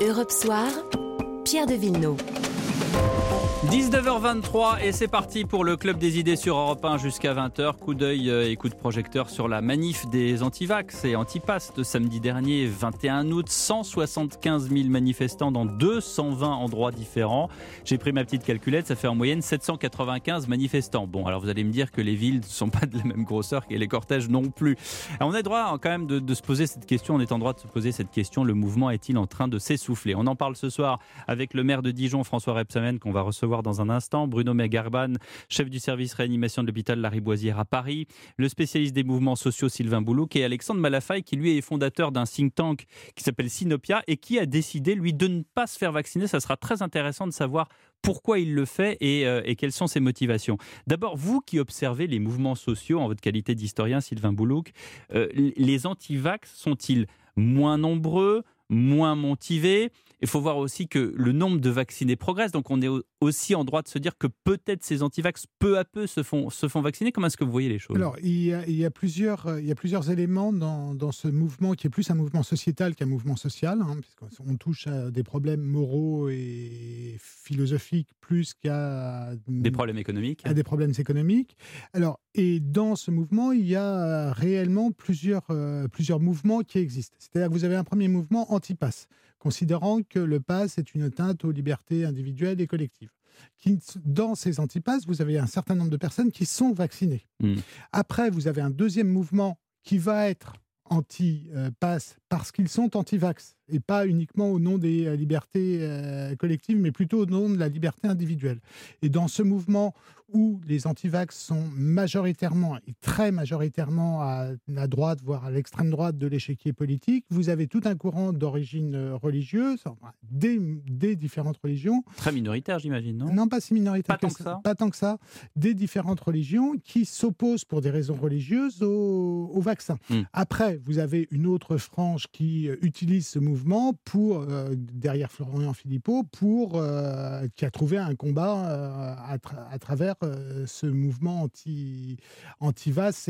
Europe Soir, Pierre de Villeneuve. 19h23 et c'est parti pour le Club des idées sur Europe 1 jusqu'à 20h. Coup d'œil et coup de projecteur sur la manif des antivax et antipass de samedi dernier 21 août. 175 000 manifestants dans 220 endroits différents. J'ai pris ma petite calculette, ça fait en moyenne 795 manifestants. Bon, alors vous allez me dire que les villes ne sont pas de la même grosseur et les cortèges non plus. Alors on a droit quand même de se poser cette question, on est en droit de se poser cette question. Le mouvement est-il en train de s'essouffler ? On en parle ce soir avec le maire de Dijon, François Rebsamen, qu'on va recevoir dans un instant, Bruno Megarban, chef du service réanimation de l'hôpital Lariboisière à Paris, le spécialiste des mouvements sociaux Sylvain Boulouc et Alexandre Malafaille qui lui est fondateur d'un think tank qui s'appelle Synopia et qui a décidé lui de ne pas se faire vacciner. Ça sera très intéressant de savoir pourquoi il le fait et quelles sont ses motivations. D'abord, vous qui observez les mouvements sociaux en votre qualité d'historien, Sylvain Boulouc, les antivax sont-ils moins nombreux, moins motivés ? Il faut voir aussi que le nombre de vaccinés progresse, donc on est aussi en droit de se dire que peut-être ces antivax, peu à peu, se font vacciner. Comment est-ce que vous voyez les choses ? Alors, il y a plusieurs éléments dans ce mouvement qui est plus un mouvement sociétal qu'un mouvement social, puisqu'on touche à des problèmes moraux et philosophiques plus qu'à des problèmes économiques. À des problèmes économiques. Alors, et dans ce mouvement, il y a réellement plusieurs mouvements qui existent. C'est-à-dire que vous avez un premier mouvement anti-pass, considérant que le pass est une atteinte aux libertés individuelles et collectives. Dans ces antipasses, vous avez un certain nombre de personnes qui sont vaccinées. Après, vous avez un deuxième mouvement qui va être anti-pass parce qu'ils sont anti-vax, et pas uniquement au nom des libertés collectives, mais plutôt au nom de la liberté individuelle. Et dans ce mouvement où les anti-vax sont majoritairement, et très majoritairement à la droite, voire à l'extrême droite de l'échiquier politique, vous avez tout un courant d'origine religieuse, des différentes religions. Très minoritaire, j'imagine, non ? Non, pas si minoritaire. Pas tant que ça. Des différentes religions qui s'opposent pour des raisons religieuses au vaccin. Après, vous avez une autre frange qui utilise ce mouvement derrière Florian Philippot, qui a trouvé un combat à travers ce mouvement anti-vax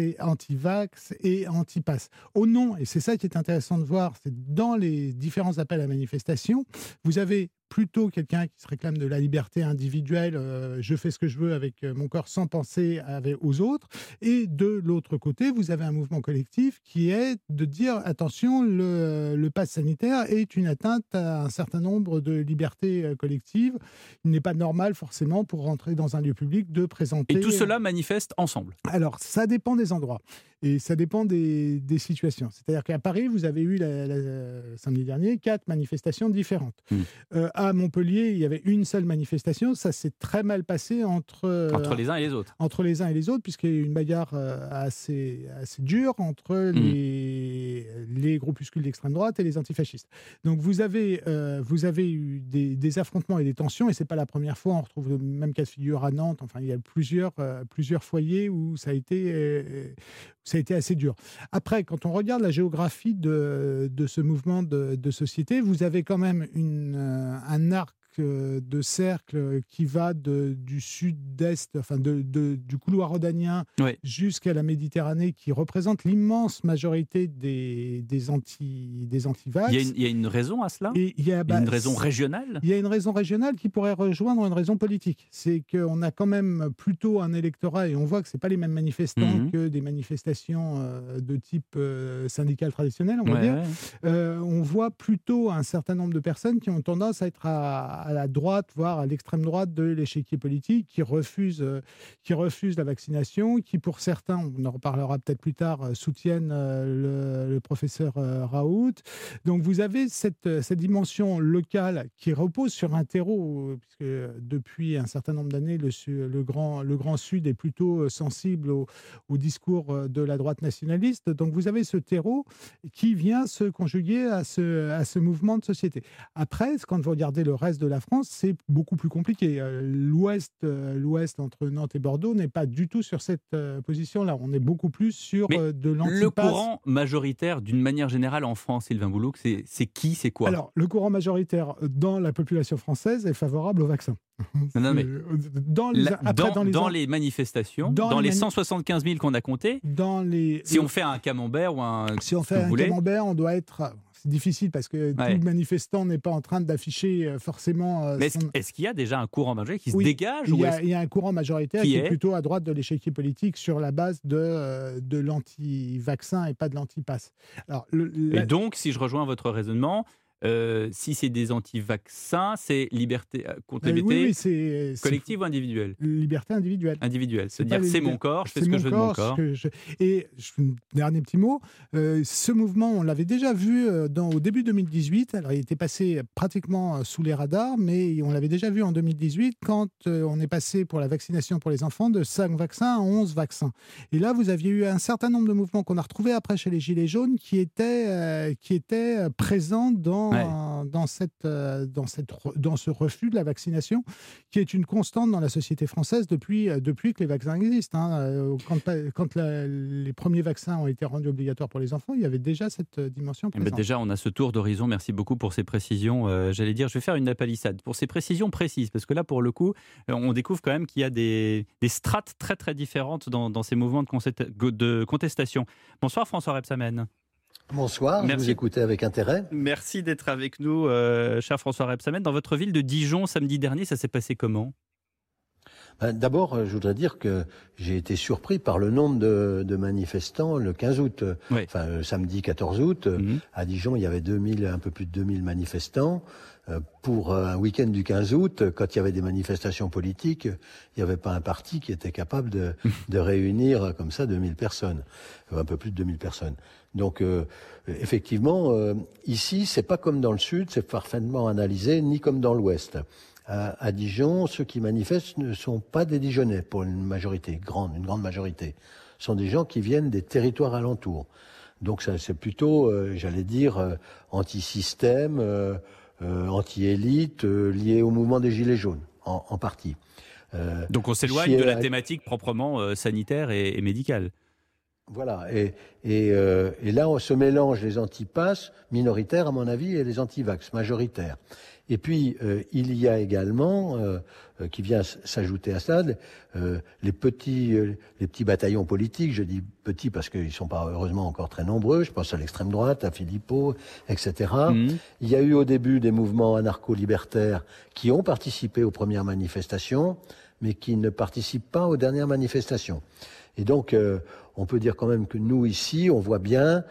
et anti-pass. Au nom, et c'est ça qui est intéressant de voir, c'est dans les différents appels à manifestation, vous avez plutôt quelqu'un qui se réclame de la liberté individuelle, je fais ce que je veux avec mon corps sans penser aux autres. Et de l'autre côté, vous avez un mouvement collectif qui est de dire, attention, le pass sanitaire est une atteinte à un certain nombre de libertés collectives. Il n'est pas normal forcément pour rentrer dans un lieu public de présenter... Et tout cela manifeste ensemble ? Alors, ça dépend des endroits. Et ça dépend des situations. C'est-à-dire qu'à Paris, vous avez eu samedi dernier 4 manifestations différentes. À Montpellier, il y avait une seule manifestation. Ça s'est très mal passé entre les uns et les autres. Entre les uns et les autres, puisqu'il y a eu une bagarre assez dure entre les groupuscules d'extrême droite et les antifascistes. Donc vous avez eu des affrontements et des tensions, et c'est pas la première fois. On retrouve le même cas de figure à Nantes. Enfin, il y a plusieurs foyers où ça a été assez dur. Après, quand on regarde la géographie de ce mouvement de société, vous avez quand même un arc de cercle qui va du sud-est, enfin du couloir rhodanien jusqu'à la Méditerranée, qui représente l'immense majorité des anti-vax. Il y a une raison à cela ? Il y a une raison régionale ? Il y a une raison régionale qui pourrait rejoindre une raison politique. C'est qu'on a quand même plutôt un électorat, et on voit que ce n'est pas les mêmes manifestants que des manifestations de type syndical traditionnel, on va dire. On voit plutôt un certain nombre de personnes qui ont tendance à être à la droite, voire à l'extrême droite de l'échiquier politique, qui refusent la vaccination, qui pour certains, on en reparlera peut-être plus tard, soutiennent le professeur Raoult. Donc vous avez cette dimension locale qui repose sur un terreau, puisque depuis un certain nombre d'années, le Grand Sud est plutôt sensible au discours de la droite nationaliste. Donc vous avez ce terreau qui vient se conjuguer à ce mouvement de société. Après, quand vous regardez le reste de la France, c'est beaucoup plus compliqué. L'ouest entre Nantes et Bordeaux n'est pas du tout sur cette position-là. On est beaucoup plus sur de l'antipass. Le courant majoritaire, d'une manière générale en France, Sylvain Boulouc, c'est qui, c'est quoi ? Alors, le courant majoritaire dans la population française est favorable au vaccin. Non, mais dans les manifestations, dans les 175 000 qu'on a comptés, si on fait un camembert ou un... Si on fait un camembert, on doit être... c'est difficile parce que tout manifestant n'est pas en train d'afficher forcément... Mais est-ce qu'il y a déjà un courant majoritaire qui se dégage il y a un courant majoritaire qui est plutôt à droite de l'échiquier politique sur la base de l'anti-vaccin et pas de l'anti-pass. Alors, et donc, si je rejoins votre raisonnement... si c'est des anti-vaccins, c'est liberté contre LGBT, c'est collective ou individuelle ? Liberté individuelle. Individuelle, c'est-à-dire c'est mon corps, je fais ce que je veux de mon corps. Et dernier petit mot, ce mouvement, on l'avait déjà vu au début 2018. Alors, il était passé pratiquement sous les radars, mais on l'avait déjà vu en 2018 quand on est passé pour la vaccination pour les enfants de 5 vaccins à 11 vaccins. Et là, vous aviez eu un certain nombre de mouvements qu'on a retrouvés après chez les Gilets jaunes qui étaient présents dans ce refus de la vaccination, qui est une constante dans la société française depuis que les vaccins existent. Quand les premiers vaccins ont été rendus obligatoires pour les enfants, il y avait déjà cette dimension présente. Déjà, on a ce tour d'horizon. Merci beaucoup pour ces précisions. Je vais faire une palissade pour ces précisions précises, parce que là, pour le coup, on découvre quand même qu'il y a des strates très très différentes dans ces mouvements de contestation. Bonsoir François Rebsamen. Bonsoir, je vous écoutais avec intérêt. Merci d'être avec nous, cher François Rebsamen. Dans votre ville de Dijon, samedi dernier, ça s'est passé comment ? D'abord, je voudrais dire que j'ai été surpris par le nombre de manifestants le 15 août. Samedi 14 août. À Dijon, il y avait un peu plus de 2000 manifestants. Pour un week-end du 15 août, quand il y avait des manifestations politiques, il n'y avait pas un parti qui était capable de réunir comme ça 2000 personnes, un peu plus de 2000 personnes. Donc, effectivement, ici, c'est pas comme dans le Sud, c'est parfaitement analysé, ni comme dans l'Ouest. À Dijon, ceux qui manifestent ne sont pas des Dijonnais, pour une grande majorité. Ce sont des gens qui viennent des territoires alentours. Donc, ça, c'est plutôt, j'allais dire, anti-système, anti-élite, lié au mouvement des Gilets jaunes, en partie. Donc, on s'éloigne de la thématique proprement sanitaire et médicale. Voilà, et là on se mélange les anti-pass minoritaires à mon avis et les anti-vax majoritaires. Et puis il y a également, qui vient s'ajouter à ça, les petits bataillons politiques, je dis petits parce qu'ils ne sont pas heureusement encore très nombreux, je pense à l'extrême droite, à Philippot, etc. Il y a eu au début des mouvements anarcho-libertaires qui ont participé aux premières manifestations, mais qui ne participent pas aux dernières manifestations. Et donc, on peut dire quand même que nous, ici, on voit bien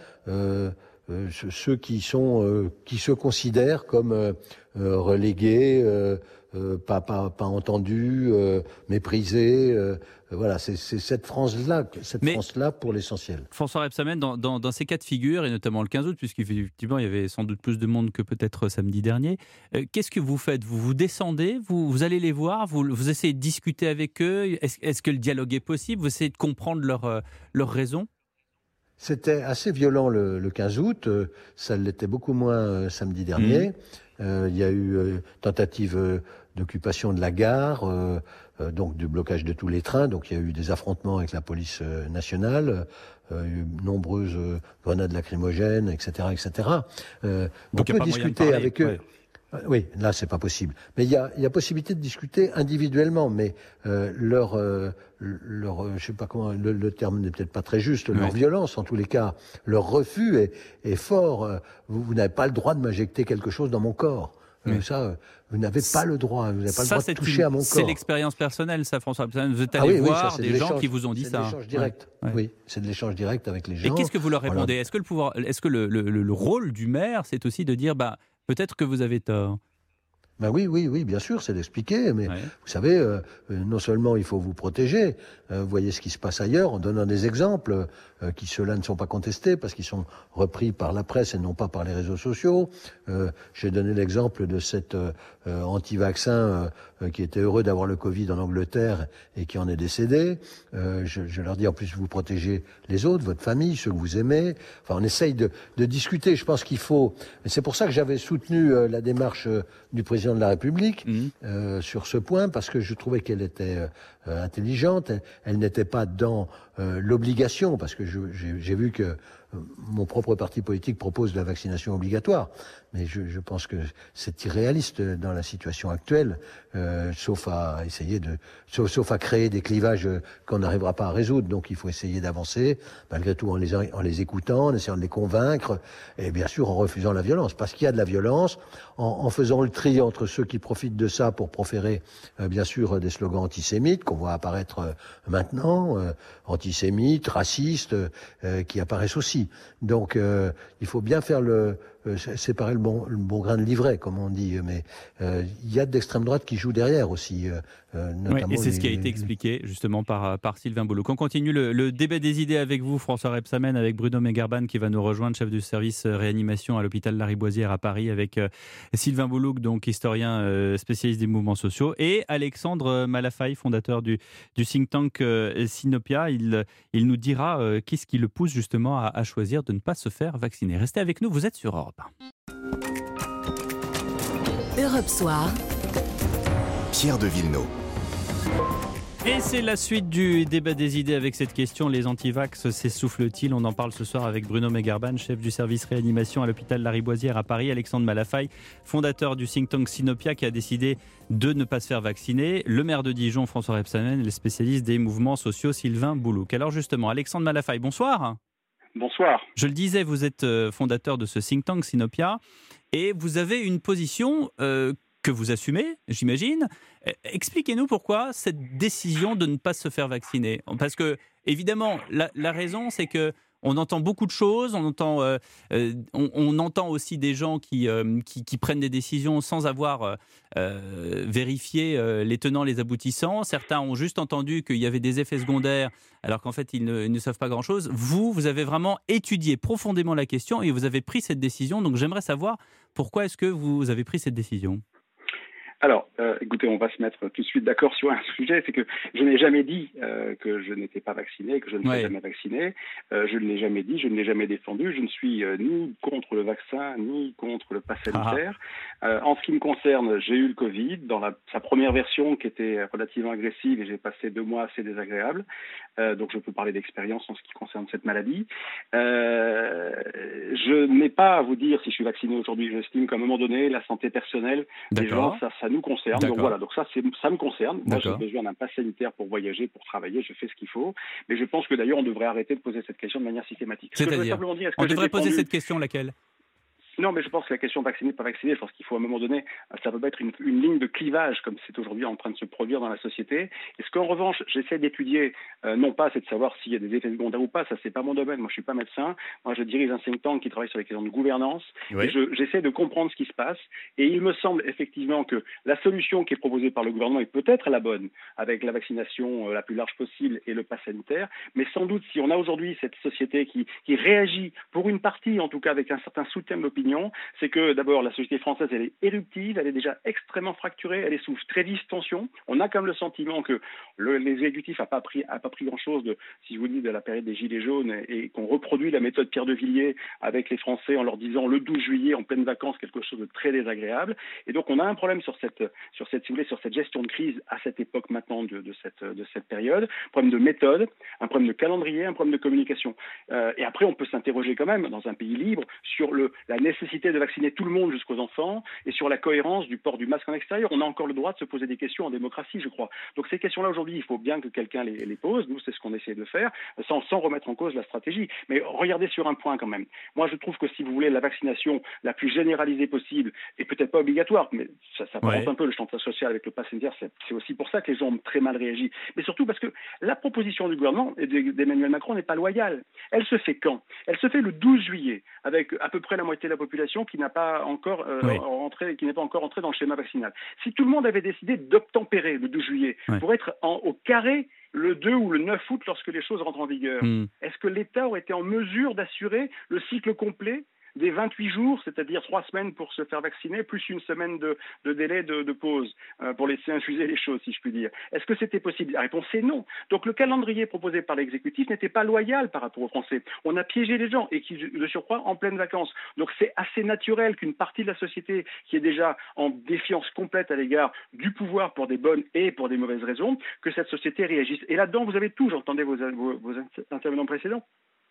ceux qui se considèrent comme relégués, pas entendus, méprisés. Voilà, c'est cette France-là pour l'essentiel. François Rebsamen, dans ces cas de figure, et notamment le 15 août, puisqu'effectivement il y avait sans doute plus de monde que peut-être samedi dernier, qu'est-ce que vous faites ? Vous descendez, vous allez les voir, vous essayez de discuter avec eux ? Est-ce que le dialogue est possible ? Vous essayez de comprendre leurs raisons ? C'était assez violent le 15 août, ça l'était beaucoup moins samedi dernier. Il y a eu tentative d'occupation de la gare, donc du blocage de tous les trains, donc il y a eu des affrontements avec la police nationale, nombreuses grenades lacrymogènes, etc. On peut discuter avec eux. Oui, là c'est pas possible. Mais il y a possibilité de discuter individuellement, mais je sais pas comment, le terme n'est peut-être pas très juste, leur violence en tous les cas, leur refus est fort. Vous n'avez pas le droit de m'injecter quelque chose dans mon corps. Ça, vous n'avez pas le droit. Vous n'avez pas le droit de toucher à mon corps. C'est l'expérience personnelle, ça, François. Vous êtes allé voir des gens qui vous ont dit ça. C'est de l'échange direct. Oui, c'est de l'échange direct avec les gens. Et qu'est-ce que vous leur répondez ? Est-ce que le rôle du maire, c'est aussi de dire, peut-être que vous avez tort ? Oui, bien sûr, c'est d'expliquer, mais vous savez, non seulement il faut vous protéger, vous voyez ce qui se passe ailleurs, en donnant des exemples qui, ceux-là, ne sont pas contestés, parce qu'ils sont repris par la presse et non pas par les réseaux sociaux. J'ai donné l'exemple de cet anti-vaccin qui était heureux d'avoir le Covid en Angleterre et qui en est décédé. Je leur dis, en plus, vous protégez les autres, votre famille, ceux que vous aimez. Enfin, on essaye de discuter, je pense qu'il faut... C'est pour ça que j'avais soutenu la démarche du président de la République sur ce point, parce que je trouvais qu'elle était intelligente. Elle n'était pas dans l'obligation, parce que j'ai vu que mon propre parti politique propose la vaccination obligatoire, mais je pense que c'est irréaliste dans la situation actuelle, sauf à créer des clivages qu'on n'arrivera pas à résoudre. Donc il faut essayer d'avancer, malgré tout en les écoutant, en essayant de les convaincre, et bien sûr en refusant la violence, parce qu'il y a de la violence, en faisant le tri entre ceux qui profitent de ça pour proférer, bien sûr, des slogans antisémites qu'on voit apparaître maintenant, antisémites, racistes, qui apparaissent aussi. Donc il faut bien faire séparer le bon grain de l'ivraie, comme on dit, mais il y a de l'extrême droite qui joue derrière aussi. Et c'est ce qui a été expliqué justement par Sylvain Boulouc. On continue le débat des idées avec vous, François Rebsamen, avec Bruno Megarban qui va nous rejoindre, chef du service réanimation à l'hôpital Lariboisière à Paris, avec Sylvain Boulouc, donc historien spécialiste des mouvements sociaux, et Alexandre Malafaille, fondateur du think tank Sinopia. Il nous dira qu'est-ce qui le pousse justement à choisir de ne pas se faire vacciner. Restez avec nous, vous êtes sur Europe 1. Europe Soir. Pierre de Villeneuve. Et c'est la suite du débat des idées avec cette question: les antivax s'essoufflent-ils? On en parle ce soir avec Bruno Megarban, chef du service réanimation à l'hôpital Lariboisière à Paris, Alexandre Malafaille, fondateur du think tank Sinopia, qui a décidé de ne pas se faire vacciner, le maire de Dijon, François Rebsamen, et le spécialiste des mouvements sociaux, Sylvain Boulouc. Alors justement, Alexandre Malafaille, bonsoir. Bonsoir. Je le disais, vous êtes fondateur de ce think tank Sinopia et vous avez une position que vous assumez, j'imagine. Expliquez-nous pourquoi cette décision de ne pas se faire vacciner. Parce que, évidemment, la raison, c'est que on entend beaucoup de choses, on entend aussi des gens qui prennent des décisions sans avoir vérifié les tenants, les aboutissants. Certains ont juste entendu qu'il y avait des effets secondaires, alors qu'en fait, ils ne savent pas grand-chose. Vous avez vraiment étudié profondément la question et vous avez pris cette décision. Donc, j'aimerais savoir pourquoi est-ce que vous avez pris cette décision ? Alors, écoutez, on va se mettre tout de suite d'accord sur un sujet, c'est que je n'ai jamais dit que je n'étais pas vacciné, que je ne serais jamais vacciné. Je ne l'ai jamais dit, je ne l'ai jamais défendu. Je ne suis ni contre le vaccin, ni contre le pass sanitaire. En ce qui me concerne, j'ai eu le Covid dans sa première version qui était relativement agressive et j'ai passé 2 mois assez désagréables. Donc, je peux parler d'expérience en ce qui concerne cette maladie. Je n'ai pas à vous dire si je suis vacciné aujourd'hui. J'estime qu'à un moment donné, la santé personnelle des gens, ça nous concerne. Donc voilà, donc ça me concerne. Moi, j'ai besoin d'un pass sanitaire pour voyager, pour travailler, je fais ce qu'il faut. Mais je pense que d'ailleurs, on devrait arrêter de poser cette question de manière systématique. C'est-à-dire, on devrait poser cette question, laquelle ? Non, mais je pense que la question vacciné, pas vacciné, je pense qu'il faut à un moment donné, ça peut pas être une ligne de clivage comme c'est aujourd'hui en train de se produire dans la société. Est-ce qu'en revanche, j'essaie d'étudier, non pas c'est de savoir s'il y a des effets secondaires ou pas, ça c'est pas mon domaine, moi je suis pas médecin, moi je dirige un think tank qui travaille sur les questions de gouvernance, et j'essaie de comprendre ce qui se passe, et il me semble effectivement que la solution qui est proposée par le gouvernement est peut-être la bonne, avec la vaccination la plus large possible et le pass sanitaire, mais sans doute si on a aujourd'hui cette société qui réagit, pour une partie en tout cas avec un certain soutien de l'opinion, c'est que d'abord la société française elle est éruptive, elle est déjà extrêmement fracturée, elle est sous très vive tension. On a comme le sentiment que l'exécutif n'a pas pris grand-chose si je vous dis, de la période des Gilets jaunes et qu'on reproduit la méthode Pierre de Villiers avec les Français en leur disant le 12 juillet en pleine vacances quelque chose de très désagréable. Et donc on a un problème sur cette gestion de crise à cette époque maintenant de cette période, un problème de méthode, un problème de calendrier, un problème de communication. Et après on peut s'interroger quand même dans un pays libre sur la nécessité de vacciner tout le monde jusqu'aux enfants et sur la cohérence du port du masque en extérieur. On a encore le droit de se poser des questions en démocratie, je crois. Donc ces questions-là aujourd'hui, il faut bien que quelqu'un les pose. Nous, c'est ce qu'on essaie de faire, sans remettre en cause la stratégie. Mais regardez sur un point quand même. Moi, je trouve que si vous voulez la vaccination la plus généralisée possible, et peut-être pas obligatoire, mais ça porte un peu le champ social avec le pass sanitaire, c'est aussi pour ça que les gens ont très mal réagi. Mais surtout parce que la proposition du gouvernement et d'Emmanuel Macron n'est pas loyale. Elle se fait quand ? Elle se fait le 12 juillet, avec à peu près la moitié de la population qui n'a pas encore qui n'est pas encore entrée dans le schéma vaccinal. Si tout le monde avait décidé d'obtempérer le 12 juillet pour être au carré le 2 ou le 9 août lorsque les choses rentrent en vigueur, est-ce que l'État aurait été en mesure d'assurer le cycle complet des 28 jours, c'est-à-dire 3 semaines pour se faire vacciner, plus une semaine de délai de pause pour laisser infuser les choses, si je puis dire. Est-ce que c'était possible ? La réponse est non. Donc le calendrier proposé par l'exécutif n'était pas loyal par rapport aux Français. On a piégé les gens et qui, de surcroît, en pleines vacances. Donc c'est assez naturel qu'une partie de la société qui est déjà en défiance complète à l'égard du pouvoir pour des bonnes et pour des mauvaises raisons, que cette société réagisse. Et là-dedans, vous avez tout, j'entendais vos intervenants précédents.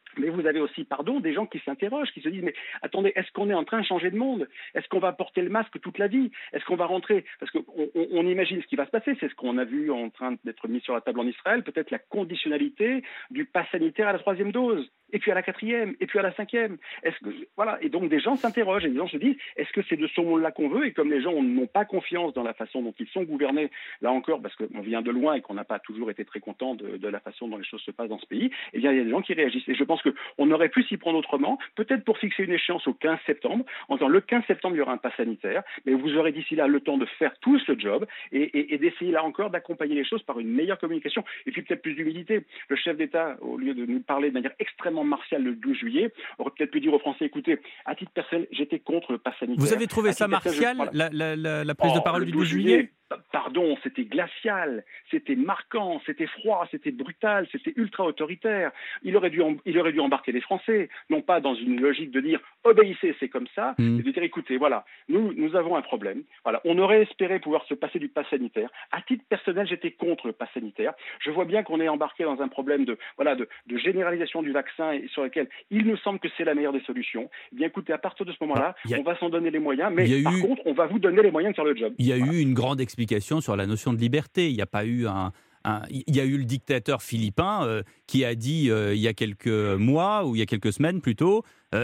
Mais vous avez aussi, des gens qui s'interrogent, qui se disent, mais attendez, est-ce qu'on est en train de changer de monde? Est-ce qu'on va porter le masque toute la vie? Est-ce qu'on va rentrer? Parce qu'on imagine ce qui va se passer, c'est ce qu'on a vu en train d'être mis sur la table en Israël, peut-être la conditionnalité du pass sanitaire à la 3e dose, et puis à la 4e, et puis à la 5e. Voilà. Et donc des gens s'interrogent, et des gens se disent, est-ce que c'est de ce monde-là qu'on veut? Et comme les gens n'ont pas confiance dans la façon dont ils sont gouvernés, là encore, parce qu'on vient de loin et qu'on n'a pas toujours été très content de la façon dont les choses se passent dans ce pays, eh bien il y a des gens qui réagissent. Et je pense qu'on aurait pu s'y prendre autrement, peut-être pour fixer une échéance au 15 septembre, en disant le 15 septembre, il y aura un pass sanitaire, mais vous aurez d'ici là le temps de faire tous le job et d'essayer là encore d'accompagner les choses par une meilleure communication et puis peut-être plus d'humilité. Le chef d'État, au lieu de nous parler de manière extrêmement martiale le 12 juillet, aurait peut-être pu dire aux Français, écoutez, à titre personnel, j'étais contre le pass sanitaire. Vous avez trouvé ça martial, la prise de parole du 12 juillet? Pardon, c'était glacial, c'était marquant, c'était froid, c'était brutal, c'était ultra autoritaire. Il aurait dû embarquer les Français, non pas dans une logique de dire obéissez, c'est comme ça, mais de dire écoutez, voilà, nous avons un problème. Voilà, on aurait espéré pouvoir se passer du pass sanitaire. À titre personnel, j'étais contre le pass sanitaire. Je vois bien qu'on est embarqué dans un problème de généralisation du vaccin et sur lequel il nous semble que c'est la meilleure des solutions. Eh bien écoutez, à partir de ce moment-là, on va s'en donner les moyens, mais par contre, on va vous donner les moyens de faire le job. Il y a eu une grande explication sur la notion de liberté. Il n'y a pas eu il y a eu le dictateur philippin qui a dit il y a quelques mois ou il y a quelques semaines plutôt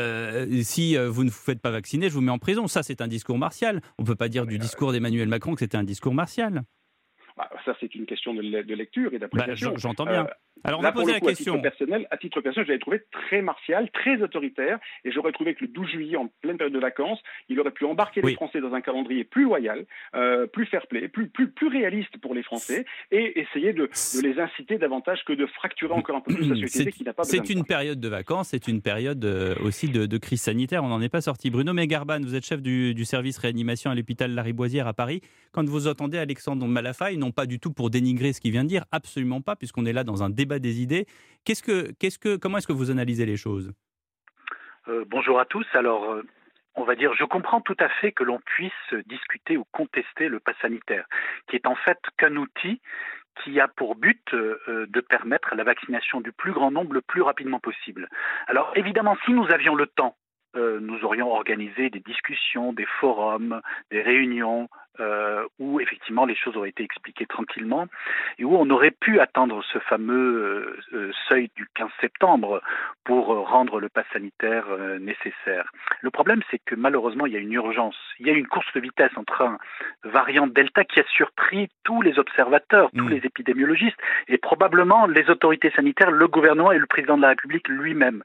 si vous ne vous faites pas vacciner, je vous mets en prison. Ça, c'est un discours martial. On ne peut pas dire du discours d'Emmanuel Macron que c'était un discours martial. Ça, c'est une question de lecture et d'appréciation. J'entends bien. Alors, on là, va poser la question. À titre personnel, je l'avais trouvé très martial, très autoritaire, et j'aurais trouvé que le 12 juillet, en pleine période de vacances, il aurait pu embarquer les Français dans un calendrier plus loyal, plus fair-play, plus réaliste pour les Français, et essayer de les inciter davantage que de fracturer encore un peu plus la société qui n'a pas besoin de ça. C'est une période de vacances, c'est une période aussi de crise sanitaire, on n'en est pas sorti. Bruno Megarban, vous êtes chef du service réanimation à l'hôpital Lariboisière à Paris. Quand vous entendez Alexandre Malafaille, non pas du tout pour dénigrer ce qu'il vient de dire, absolument pas, puisqu'on est là dans un débat des idées. Comment est-ce que vous analysez les choses ? Bonjour à tous. Alors, on va dire, je comprends tout à fait que l'on puisse discuter ou contester le pass sanitaire, qui est en fait qu'un outil qui a pour but de permettre la vaccination du plus grand nombre le plus rapidement possible. Alors, évidemment, si nous avions le temps, nous aurions organisé des discussions, des forums, des réunions où effectivement les choses auraient été expliquées tranquillement et où on aurait pu attendre ce fameux seuil du 15 septembre pour rendre le pass sanitaire nécessaire. Le problème, c'est que malheureusement, il y a une urgence. Il y a une course de vitesse entre un variant Delta qui a surpris tous les observateurs, tous les épidémiologistes et probablement les autorités sanitaires, le gouvernement et le président de la République lui-même.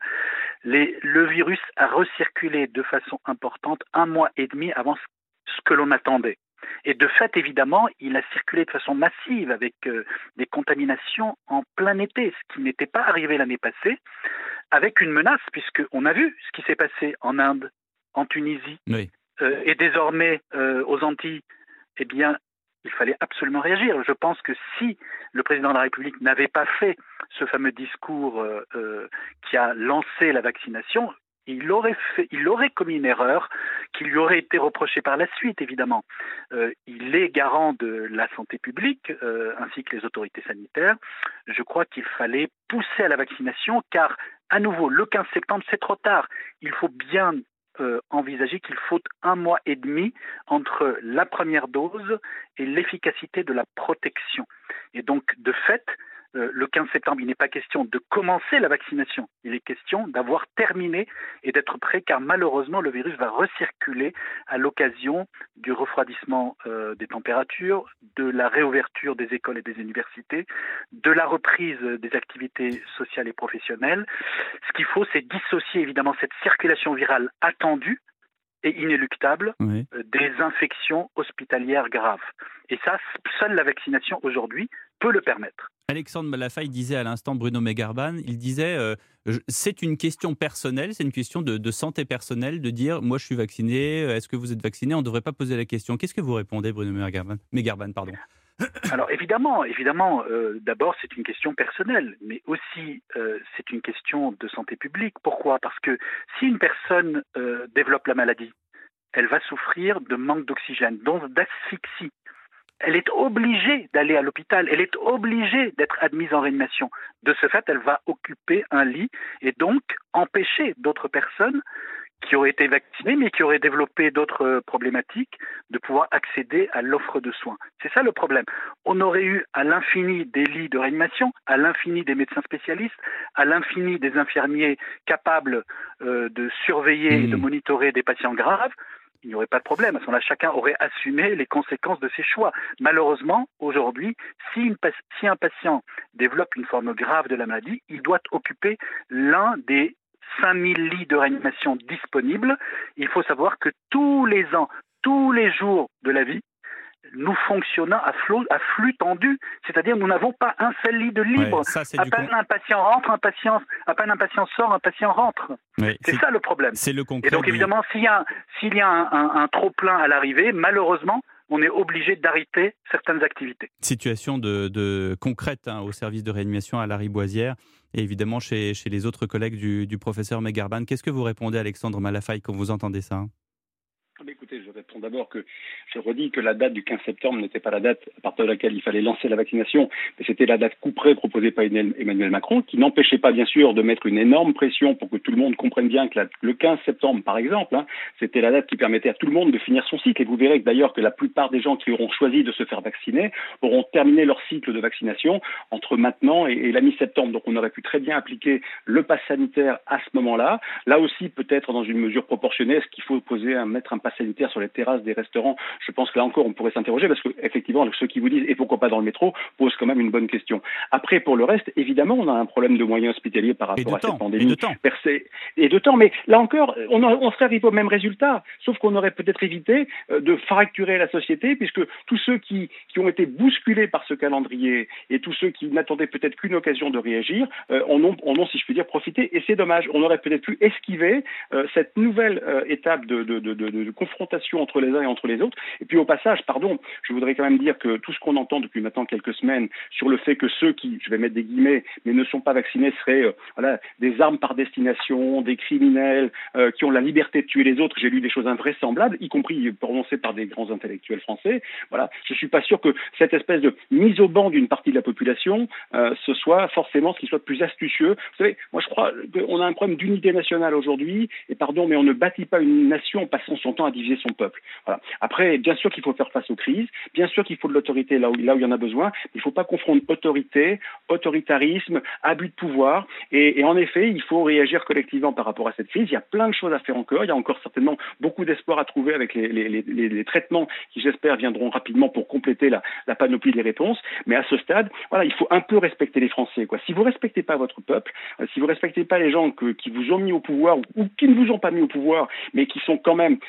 Le virus a recirculé de façon importante 1 mois et demi avant ce que l'on attendait. Et de fait, évidemment, il a circulé de façon massive avec des contaminations en plein été, ce qui n'était pas arrivé l'année passée, avec une menace, puisqu'on a vu ce qui s'est passé en Inde, en Tunisie, et désormais aux Antilles. Eh bien, il fallait absolument réagir. Je pense que si le président de la République n'avait pas fait ce fameux discours qui a lancé la vaccination, il aurait commis une erreur qui lui aurait été reprochée par la suite, évidemment. Il est garant de la santé publique, ainsi que les autorités sanitaires. Je crois qu'il fallait pousser à la vaccination, car, à nouveau, le 15 septembre, c'est trop tard. Il faut bien envisager qu'il faut 1 mois et demi entre la première dose et l'efficacité de la protection. Et donc, de fait, le 15 septembre, il n'est pas question de commencer la vaccination. Il est question d'avoir terminé et d'être prêt, car malheureusement, le virus va recirculer à l'occasion du refroidissement des températures, de la réouverture des écoles et des universités, de la reprise des activités sociales et professionnelles. Ce qu'il faut, c'est dissocier évidemment cette circulation virale attendue et inéluctable des infections hospitalières graves. Et ça, seule la vaccination aujourd'hui peut le permettre. Alexandre Malafaille disait à l'instant, Bruno Megarban, il disait c'est une question personnelle, c'est une question de santé personnelle, de dire moi je suis vacciné, est-ce que vous êtes vacciné? On ne devrait pas poser la question. Qu'est-ce que vous répondez, Bruno Megarban, pardon. Alors évidemment, d'abord c'est une question personnelle, mais aussi c'est une question de santé publique. Pourquoi? Parce que si une personne développe la maladie, elle va souffrir de manque d'oxygène, donc d'asphyxie. elle est obligée d'aller à l'hôpital, elle est obligée d'être admise en réanimation. De ce fait, elle va occuper un lit et donc empêcher d'autres personnes qui auraient été vaccinées mais qui auraient développé d'autres problématiques de pouvoir accéder à l'offre de soins. C'est ça le problème. On aurait eu à l'infini des lits de réanimation, à l'infini des médecins spécialistes, à l'infini des infirmiers capables de surveiller et de monitorer des patients graves. Il n'y aurait pas de problème. À ce moment-là, chacun aurait assumé les conséquences de ses choix. Malheureusement, aujourd'hui, si un patient développe une forme grave de la maladie, il doit occuper l'un des 5000 lits de réanimation disponibles. Il faut savoir que tous les ans, tous les jours de la vie, nous fonctionnons à flux tendu, c'est-à-dire nous n'avons pas un seul lit de libre. Ouais, à peine un patient rentre, à peine un patient sort, un patient rentre. Ouais, c'est ça le problème. C'est le concret. Et donc évidemment, s'il y a un trop-plein à l'arrivée, malheureusement, on est obligé d'arrêter certaines activités. Situation de concrète au service de réanimation à Lariboisière et évidemment chez les autres collègues du professeur Megarban. Qu'est-ce que vous répondez, Alexandre Malafaille, quand vous entendez ça ? Écoutez, je réponds d'abord que je redis que la date du 15 septembre n'était pas la date à partir de laquelle il fallait lancer la vaccination, mais c'était la date couperet proposée par Emmanuel Macron, qui n'empêchait pas bien sûr de mettre une énorme pression pour que tout le monde comprenne bien que le 15 septembre, par exemple, c'était la date qui permettait à tout le monde de finir son cycle. Et vous verrez d'ailleurs que la plupart des gens qui auront choisi de se faire vacciner auront terminé leur cycle de vaccination entre maintenant et la mi-septembre. Donc on aurait pu très bien appliquer le pass sanitaire à ce moment-là. Là aussi, peut-être dans une mesure proportionnée, est-ce qu'il faut mettre un pass sanitaire sur les terrasses des restaurants? Je pense que là encore on pourrait s'interroger parce que effectivement ceux qui vous disent et pourquoi pas dans le métro posent quand même une bonne question. Après pour le reste, évidemment on a un problème de moyens hospitaliers par rapport à cette pandémie et de temps, mais là encore on serait arrivé au même résultat, sauf qu'on aurait peut-être évité de fracturer la société, puisque tous ceux qui ont été bousculés par ce calendrier et tous ceux qui n'attendaient peut-être qu'une occasion de réagir en ont si je puis dire profité, et c'est dommage. On aurait peut-être pu esquiver cette nouvelle étape de confrontation entre les uns et entre les autres. Et puis au passage, je voudrais quand même dire que tout ce qu'on entend depuis maintenant quelques semaines sur le fait que ceux qui, je vais mettre des guillemets, mais ne sont pas vaccinés seraient des armes par destination, des criminels qui ont la liberté de tuer les autres. J'ai lu des choses invraisemblables, y compris prononcées par des grands intellectuels français. Voilà, je suis pas sûr que cette espèce de mise au banc d'une partie de la population ce soit forcément ce qui soit le plus astucieux. Vous savez, moi je crois qu'on a un problème d'unité nationale aujourd'hui, et mais on ne bâtit pas une nation en passant son temps à diviser son peuple. Voilà. Après, bien sûr qu'il faut faire face aux crises, bien sûr qu'il faut de l'autorité là où il y en a besoin, mais il ne faut pas confondre autorité, autoritarisme, abus de pouvoir, et en effet, il faut réagir collectivement par rapport à cette crise. Il y a plein de choses à faire encore, il y a encore certainement beaucoup d'espoir à trouver avec les traitements qui, j'espère, viendront rapidement pour compléter la panoplie des réponses, mais à ce stade, voilà, il faut un peu respecter les Français, quoi. Si vous ne respectez pas votre peuple, si vous ne respectez pas les gens qui vous ont mis au pouvoir ou qui ne vous ont pas mis au pouvoir, mais qui sont quand même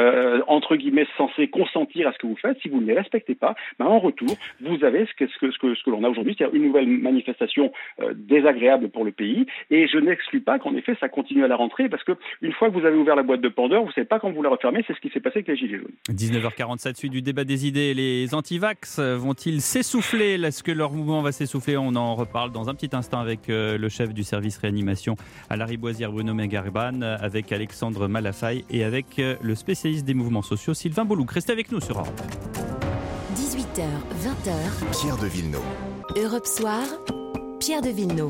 entre guillemets censés consentir à ce que vous faites, si vous ne les respectez pas, en retour, vous avez ce que l'on a aujourd'hui, c'est-à-dire une nouvelle manifestation désagréable pour le pays, et je n'exclus pas qu'en effet ça continue à la rentrée, parce que une fois que vous avez ouvert la boîte de Pandore, vous ne savez pas quand vous la refermez. C'est ce qui s'est passé avec les Gilets jaunes. 19h47, suite du débat des idées. Les antivax vont-ils s'essouffler? Est-ce que leur mouvement va s'essouffler? On en reparle dans un petit instant avec le chef du service réanimation à Lariboisière, Bruno Megarban, avec Alexandre Malafaille et avec le spécialiste des mouvements sociaux, Sylvain Boulouk. Restez avec nous sur Europe. 18h, 20h. Pierre de Villeneuve. Europe Soir, Pierre de Villeneuve.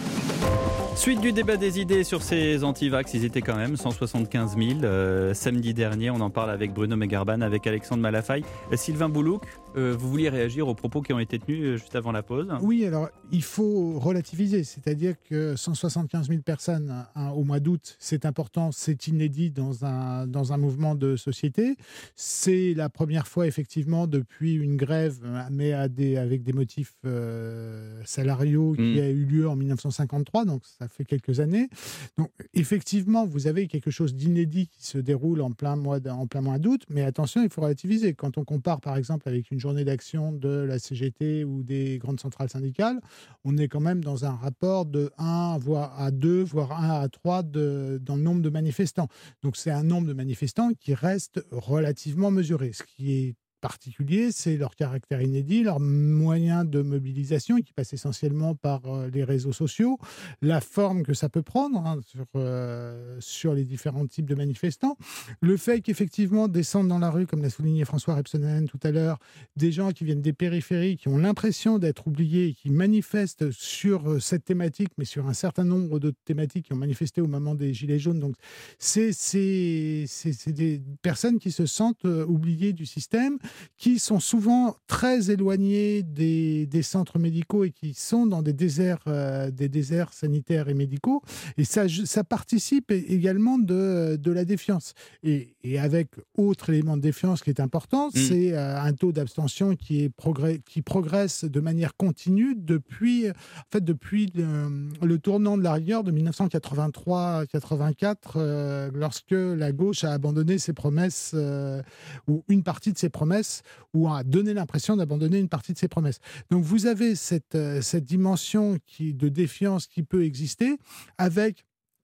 Suite du débat des idées sur ces antivax, ils étaient quand même 175 000 samedi dernier. On en parle avec Bruno Megarban, avec Alexandre Malafaille. Sylvain Boulouk, vous vouliez réagir aux propos qui ont été tenus juste avant la pause? Oui, alors il faut relativiser, c'est-à-dire que 175 000 personnes au mois d'août, c'est important, c'est inédit dans un mouvement de société. C'est la première fois effectivement depuis une grève, mais avec des motifs salariaux qui a eu lieu en 1953, donc ça fait quelques années. Donc effectivement, vous avez quelque chose d'inédit qui se déroule en plein mois d'août, mais attention, il faut relativiser. Quand on compare par exemple avec une journée d'action de la CGT ou des grandes centrales syndicales, on est quand même dans un rapport de 1 voire à 2, voire 1 à 3 dans le nombre de manifestants. Donc c'est un nombre de manifestants qui reste relativement mesuré, ce qui est particulier, c'est leur caractère inédit, leurs moyens de mobilisation qui passent essentiellement par les réseaux sociaux, la forme que ça peut prendre sur les différents types de manifestants, le fait qu'effectivement descendent dans la rue, comme l'a souligné François Rebsamen tout à l'heure, des gens qui viennent des périphéries, qui ont l'impression d'être oubliés et qui manifestent sur cette thématique, mais sur un certain nombre d'autres thématiques qui ont manifesté au moment des Gilets jaunes. Donc, c'est des personnes qui se sentent oubliées du système, qui sont souvent très éloignées des centres médicaux et qui sont dans des déserts sanitaires et médicaux. Et ça participe également de la défiance. Et avec autre élément de défiance qui est important, c'est un taux d'abstention qui progresse de manière continue depuis le tournant de la rigueur de 1983-84, lorsque la gauche a abandonné ses promesses, ou une partie de ses promesses, ou a donné l'impression d'abandonner une partie de ses promesses. Donc vous avez cette dimension de défiance qui peut exister, avec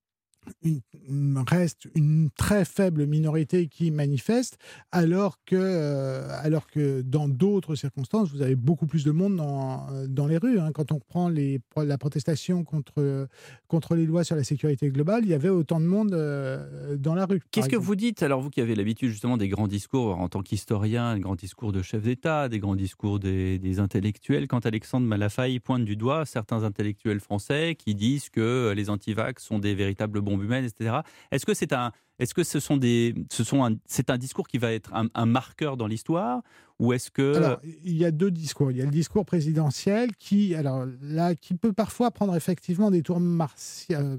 reste une très faible minorité qui manifeste, alors que dans d'autres circonstances, vous avez beaucoup plus de monde dans les rues. Quand on prend la protestation contre les lois sur la sécurité globale, il y avait autant de monde dans la rue. Qu'est-ce que vous dites, alors vous qui avez l'habitude justement des grands discours en tant qu'historien, des grands discours de chefs d'État, des grands discours des intellectuels, quand Alexandre Malafaille pointe du doigt certains intellectuels français qui disent que les antivax sont des véritables bombes humaines, etc. Est-ce que c'est un discours qui va être un marqueur dans l'histoire, ou est-ce que... Alors, il y a deux discours. Il y a le discours présidentiel qui peut parfois prendre effectivement des tours martiaux.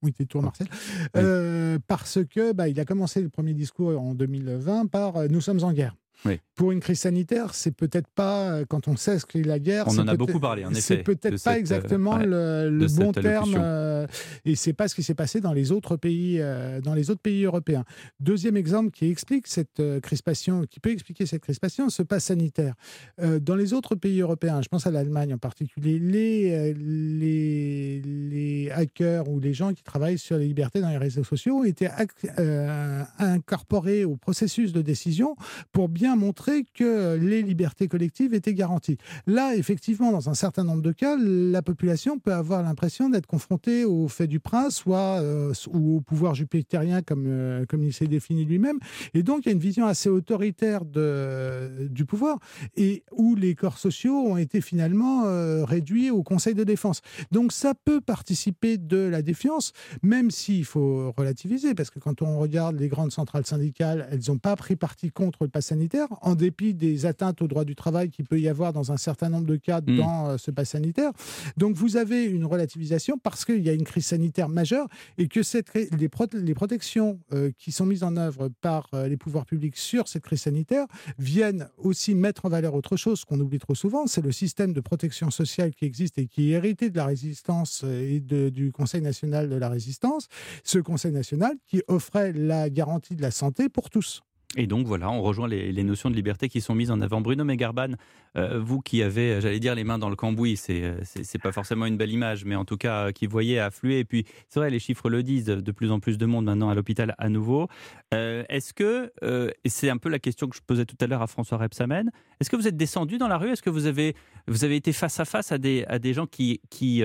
Parce que il a commencé le premier discours en 2020 par nous sommes en guerre. Oui. Pour une crise sanitaire, c'est peut-être pas, quand on sait ce qu'est la guerre... On en a beaucoup parlé, en effet. C'est peut-être pas exactement le bon terme, et c'est pas ce qui s'est passé dans les autres pays européens. Deuxième exemple qui explique cette crispation, qui peut expliquer cette crispation, ce pass sanitaire. Dans les autres pays européens, je pense à l'Allemagne en particulier, les hackers ou les gens qui travaillent sur les libertés dans les réseaux sociaux ont été incorporés au processus de décision pour bien montrer que les libertés collectives étaient garanties. Là, effectivement, dans un certain nombre de cas, la population peut avoir l'impression d'être confrontée au fait du prince, ou au pouvoir jupitérien, comme il s'est défini lui-même. Et donc, il y a une vision assez autoritaire du pouvoir, et où les corps sociaux ont été finalement réduits au Conseil de défense. Donc, ça peut participer de la défiance, même s'il faut relativiser, parce que quand on regarde les grandes centrales syndicales, elles n'ont pas pris parti contre le pass sanitaire, en dépit des atteintes au droit du travail qu'il peut y avoir dans un certain nombre de cas dans ce pass sanitaire. Donc vous avez une relativisation parce qu'il y a une crise sanitaire majeure, et que les protections qui sont mises en œuvre par les pouvoirs publics sur cette crise sanitaire viennent aussi mettre en valeur autre chose qu'on oublie trop souvent, c'est le système de protection sociale qui existe et qui est hérité de la résistance et du Conseil national de la résistance, ce Conseil national qui offrait la garantie de la santé pour tous. Et donc voilà, on rejoint les notions de liberté qui sont mises en avant. Bruno Megarban, vous qui avez, j'allais dire, les mains dans le cambouis, c'est pas forcément une belle image, mais en tout cas qui voyez affluer. Et puis c'est vrai, les chiffres le disent, de plus en plus de monde maintenant à l'hôpital à nouveau. Est-ce que, et c'est un peu la question que je posais tout à l'heure à François Rebsamen, est-ce que vous êtes descendu dans la rue? Est-ce que vous avez été face à face à des gens qui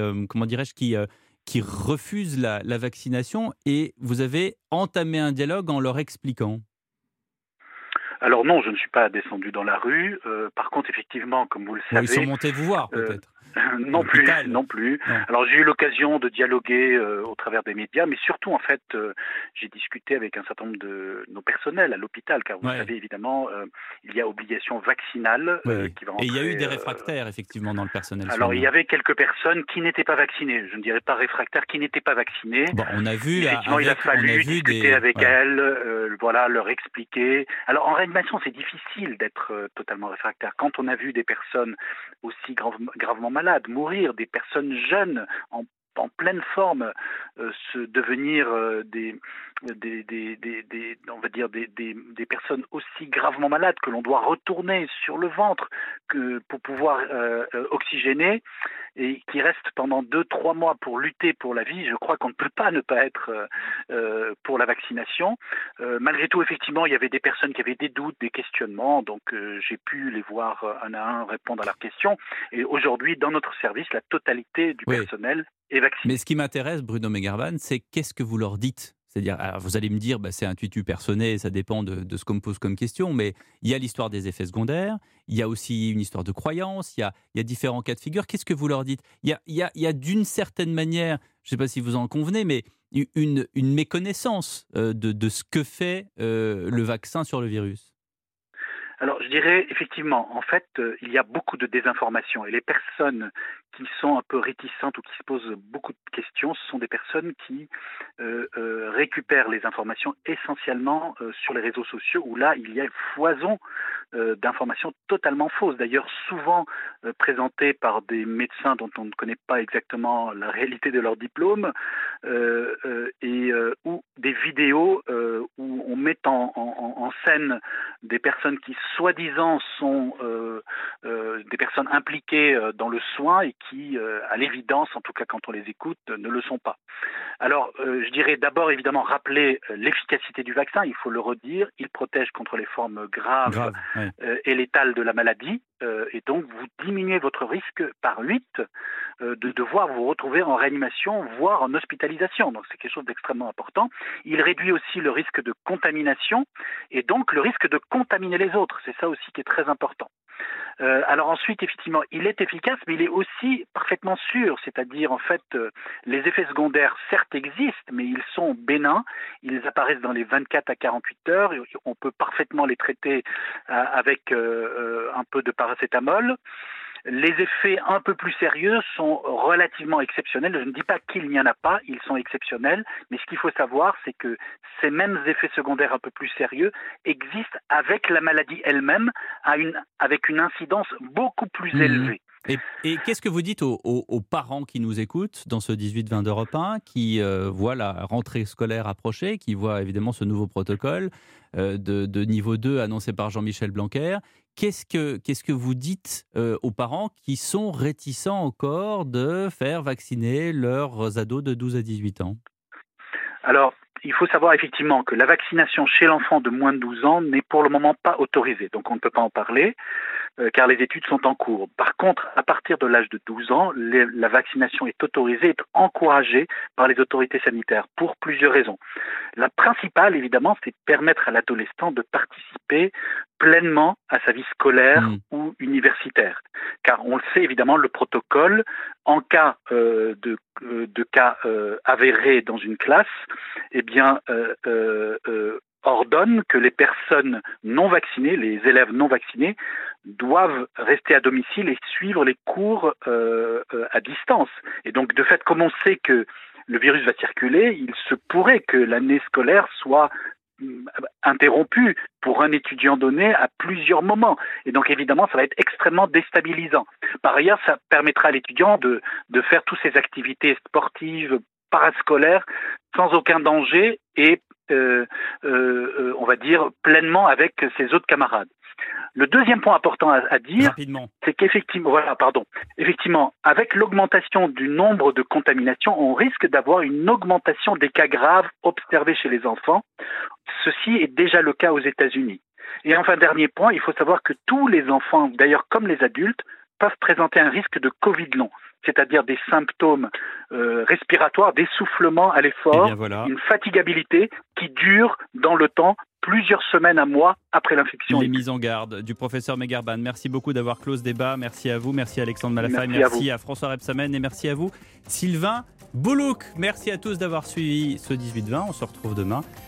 refusent la vaccination, et vous avez entamé un dialogue en leur expliquant? Alors non, je ne suis pas descendu dans la rue. Par contre, effectivement, comme vous le savez... Ils sont montés vous voir, peut-être. Non plus. Non. Alors j'ai eu l'occasion de dialoguer au travers des médias, mais surtout en fait j'ai discuté avec un certain nombre de nos personnels à l'hôpital, car vous savez évidemment il y a obligation vaccinale qui va rentrer. Et il y a eu des réfractaires effectivement dans le personnel. Alors il y avait quelques personnes qui n'étaient pas vaccinées, je ne dirais pas réfractaires, qui n'étaient pas vaccinées. Bon, on a vu effectivement il a fallu discuter avec elles, leur expliquer. Alors en réanimation c'est difficile d'être totalement réfractaire. Quand on a vu des personnes aussi gravement malades mourir, des personnes jeunes en pleine forme devenir on va dire des personnes aussi gravement malades que l'on doit retourner sur le ventre pour pouvoir oxygéner, et qui reste pendant 2-3 mois pour lutter pour la vie, je crois qu'on ne peut pas ne pas être pour la vaccination. Malgré tout, effectivement, il y avait des personnes qui avaient des doutes, des questionnements, donc j'ai pu les voir un à un répondre à leurs questions. Et aujourd'hui, dans notre service, la totalité du personnel est vacciné. Mais ce qui m'intéresse, Bruno Megarban, c'est qu'est-ce que vous leur dites ? C'est-à-dire, alors vous allez me dire, c'est intuitu personné, ça dépend de ce qu'on me pose comme question, mais il y a l'histoire des effets secondaires, il y a aussi une histoire de croyance, il y a différents cas de figure. Qu'est-ce que vous leur dites ? Il y a d'une certaine manière, je ne sais pas si vous en convenez, mais une méconnaissance de ce que fait le vaccin sur le virus. Alors, je dirais, effectivement, en fait, il y a beaucoup de désinformation. Et les personnes qui sont un peu réticentes ou qui se posent beaucoup de questions, ce sont des personnes qui récupèrent les informations essentiellement sur les réseaux sociaux, où là, il y a une foison d'informations totalement fausses. D'ailleurs, souvent présentées par des médecins dont on ne connaît pas exactement la réalité de leur diplôme, ou des vidéos où on met en scène des personnes qui soi-disant sont des personnes impliquées dans le soin et qui, à l'évidence, en tout cas quand on les écoute, ne le sont pas. Alors, je dirais d'abord évidemment rappeler l'efficacité du vaccin, il faut le redire, il protège contre les formes graves et létales de la maladie, et donc vous diminuez votre risque par 8 de devoir vous retrouver en réanimation, voire en hospitalisation. Donc c'est quelque chose d'extrêmement important. Il réduit aussi le risque de contamination et donc le risque de contaminer les autres. C'est ça aussi qui est très important. Alors ensuite, effectivement, il est efficace, mais il est aussi parfaitement sûr. C'est-à-dire, en fait, les effets secondaires, certes, existent, mais ils sont bénins. Ils apparaissent dans les 24 à 48 heures. On peut parfaitement les traiter avec un peu de paracétamol. Les effets un peu plus sérieux sont relativement exceptionnels. Je ne dis pas qu'il n'y en a pas, ils sont exceptionnels, mais ce qu'il faut savoir, c'est que ces mêmes effets secondaires un peu plus sérieux existent avec la maladie elle-même, avec une incidence beaucoup plus élevée. Et qu'est-ce que vous dites aux parents qui nous écoutent dans ce 18-20 d'Europe 1, qui voient la rentrée scolaire approcher, qui voient évidemment ce nouveau protocole de niveau 2 annoncé par Jean-Michel Blanquer ? Qu'est-ce que vous dites aux parents qui sont réticents encore de faire vacciner leurs ados de 12 à 18 ans ? Alors, il faut savoir effectivement que la vaccination chez l'enfant de moins de 12 ans n'est pour le moment pas autorisée. Donc on ne peut pas en parler car les études sont en cours. Par contre, à partir de l'âge de 12 ans, la vaccination est autorisée, est encouragée par les autorités sanitaires pour plusieurs raisons. La principale, évidemment, c'est permettre à l'adolescent de participer pleinement à sa vie scolaire ou universitaire. Car on le sait, évidemment, le protocole, en cas de cas avérés dans une classe, ordonne que les personnes non vaccinées, les élèves non vaccinés, doivent rester à domicile et suivre les cours à distance. Et donc, de fait, comme on sait que le virus va circuler, il se pourrait que l'année scolaire soit interrompue pour un étudiant donné à plusieurs moments. Et donc, évidemment, ça va être extrêmement déstabilisant. Par ailleurs, ça permettra à l'étudiant de faire toutes ses activités sportives, parascolaires, sans aucun danger et on va dire pleinement avec ses autres camarades. Le deuxième point important à dire, c'est qu'effectivement, effectivement, avec l'augmentation du nombre de contaminations, on risque d'avoir une augmentation des cas graves observés chez les enfants. Ceci est déjà le cas aux États-Unis. Et enfin, dernier point, il faut savoir que tous les enfants, d'ailleurs comme les adultes, peuvent présenter un risque de Covid long, c'est-à-dire des symptômes respiratoires, d'essoufflement à l'effort, une fatigabilité qui dure dans le temps plusieurs semaines à mois après l'infection. Les mises en garde du professeur Megarban. Merci beaucoup d'avoir clos ce débat. Merci à vous, merci à Alexandre Malafaille, merci à François Rebsamen et merci à vous, Sylvain Boulouk. Merci à tous d'avoir suivi ce 18-20. On se retrouve demain